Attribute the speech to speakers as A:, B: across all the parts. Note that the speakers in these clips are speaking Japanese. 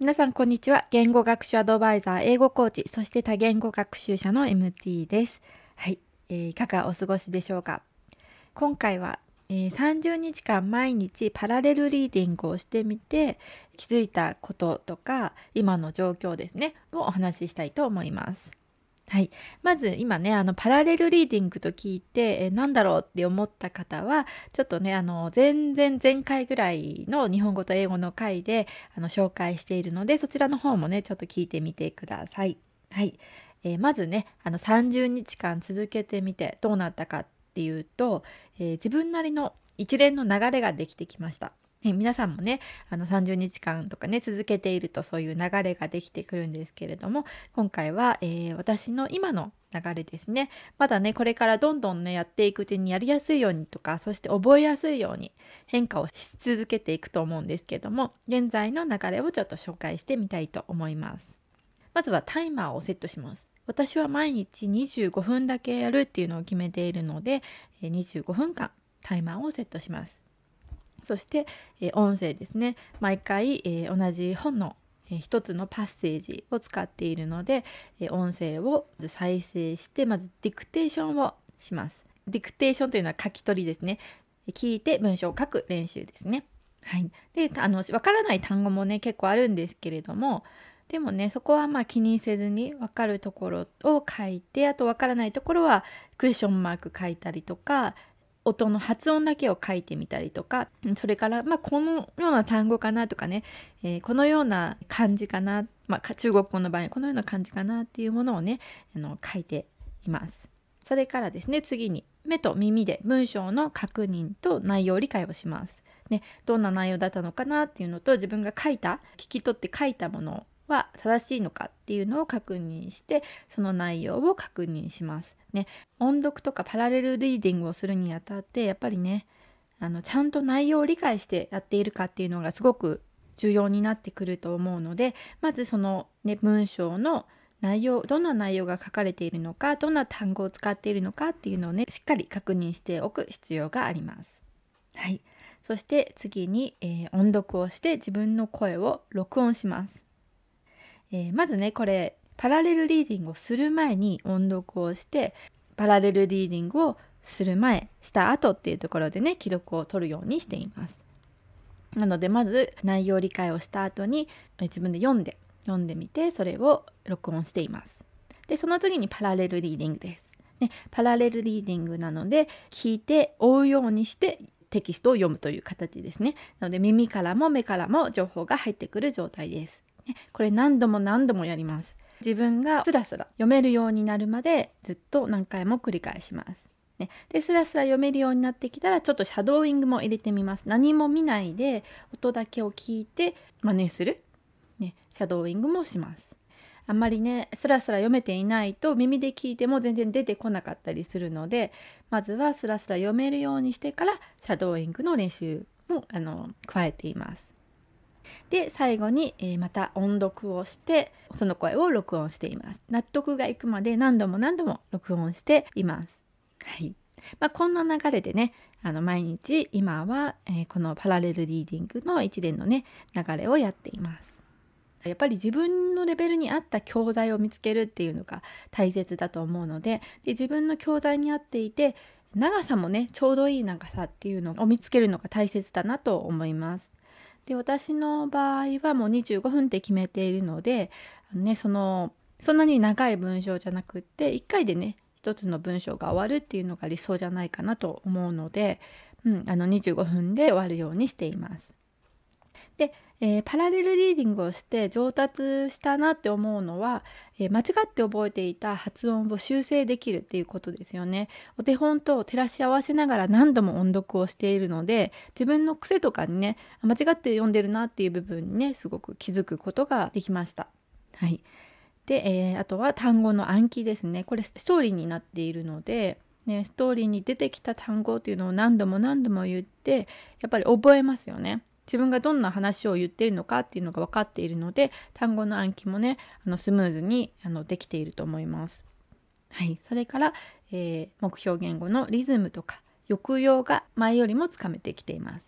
A: 皆さんこんにちは。言語学習アドバイザー、英語コーチ、そして多言語学習者の MT です。はい、いかがお過ごしでしょうか。今回は、30日間毎日パラレルリーディングをしてみて気づいたこととか今の状況ですねをお話ししたいと思います。はい、まず今ねパラレルリーディングと聞いて何だろうって思った方はちょっとね前回ぐらいの日本語と英語の回で紹介しているのでそちらの方もねちょっと聞いてみてください。はい、まずね30日間続けてみてどうなったかっていうと、自分なりの一連の流れができてきました。皆さんもね30日間とかね続けているとそういう流れができてくるんですけれども今回は、私の今の流れですね。まだねこれからどんどんねやっていくうちにやりやすいようにとかそして覚えやすいように変化をし続けていくと思うんですけども現在の流れをちょっと紹介してみたいと思います。まずはタイマーをセットします。私は毎日25分だけやるっていうのを決めているので25分間タイマーをセットします。そして、音声ですね。毎回、同じ本の、一つのパッセージを使っているので、音声を再生してまずディクテーションをします。ディクテーションというのは書き取りですね。聞いて文章を書く練習ですね。はい、でわからない単語もね結構あるんですけれどもでもねそこはまあ気にせずに分かるところを書いてあと分からないところはクエスチョンマーク書いたりとか音の発音だけを書いてみたりとかそれから、このような単語かなとかね、このような漢字かな、中国語の場合このような漢字かなっていうものをね書いています。それからですね次に目と耳で文章の確認と内容理解をします。ね、どんな内容だったのかなっていうのと自分が聞き取って書いたものは正しいのかっていうのを確認してその内容を確認しますね。音読とかパラレルリーディングをするにあたってやっぱりねちゃんと内容を理解してやっているかっていうのがすごく重要になってくると思うのでまずその、ね、文章の内容どんな内容が書かれているのかどんな単語を使っているのかっていうのをねしっかり確認しておく必要があります。はい、そして次に、音読をして自分の声を録音します。まずねこれパラレルリーディングをする前に音読をしてパラレルリーディングをする前した後っていうところでね記録を取るようにしています。なのでまず内容理解をした後に自分で読んでみてそれを録音しています。でその次にパラレルリーディングです、ね、パラレルリーディングなので聞いて追うようにしてテキストを読むという形ですね。なので耳からも目からも情報が入ってくる状態です。これ何度も何度もやります。自分がスラスラ読めるようになるまでずっと何回も繰り返します。でスラスラ読めるようになってきたらちょっとシャドーイングも入れてみます。何も見ないで音だけを聞いて真似する、シャドーイングもします。あんまりねスラスラ読めていないと耳で聞いても全然出てこなかったりするのでまずはスラスラ読めるようにしてからシャドーイングの練習も加えています。で最後に、また音読をしてその声を録音しています。納得がいくまで何度も何度も録音しています。はい、こんな流れでね毎日今は、このパラレルリーディングの一連のね流れをやっています。やっぱり自分のレベルに合った教材を見つけるっていうのが大切だと思うので、自分の教材に合っていて長さもねちょうどいい長さっていうのを見つけるのが大切だなと思います。で私の場合はもう25分って決めているので、そんなに長い文章じゃなくって1回でね一つの文章が終わるっていうのが理想じゃないかなと思うので、25分で終わるようにしています。で、パラレルリーディングをして上達したなって思うのは、間違って覚えていた発音を修正できるっていうことですよね。お手本と照らし合わせながら何度も音読をしているので自分の癖とかにね間違って読んでるなっていう部分にねすごく気づくことができました。はい、で、あとは単語の暗記ですね。これストーリーになっているので、ストーリーに出てきた単語っていうのを何度も何度も言ってやっぱり覚えますよね。自分がどんな話を言っているのかっていうのが分かっているので単語の暗記もねスムーズにできていると思います。はい、それから、目標言語のリズムとか抑揚が前よりもつかめてきています。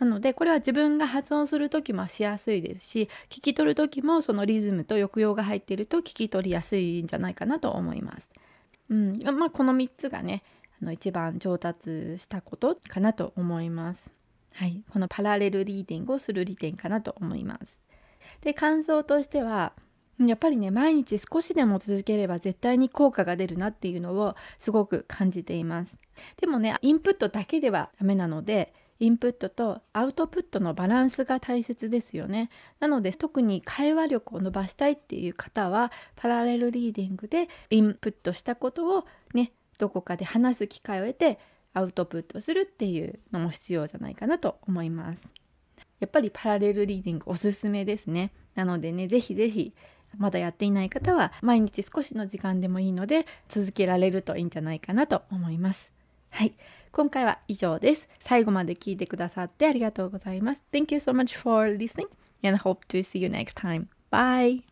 A: なのでこれは自分が発音する時もしやすいですし、聞き取る時もそのリズムと抑揚が入っていると聞き取りやすいんじゃないかなと思います。この3つがね一番上達したことかなと思います。はい、このパラレルリーディングをする利点かなと思います。で、感想としてはやっぱりね、毎日少しでも続ければ絶対に効果が出るなっていうのをすごく感じています。でもね、インプットだけではダメなので、インプットとアウトプットのバランスが大切ですよね。なので特に会話力を伸ばしたいっていう方はパラレルリーディングでインプットしたことをね、どこかで話す機会を得てアウトプットするっていうのも必要じゃないかなと思います。やっぱりパラレルリーディングおすすめですね。なのでね、ぜひぜひまだやっていない方は毎日少しの時間でもいいので続けられるといいんじゃないかなと思います。はい、今回は以上です。最後まで聞いてくださってありがとうございます。Thank you so much for listening and hope to see you next time. Bye!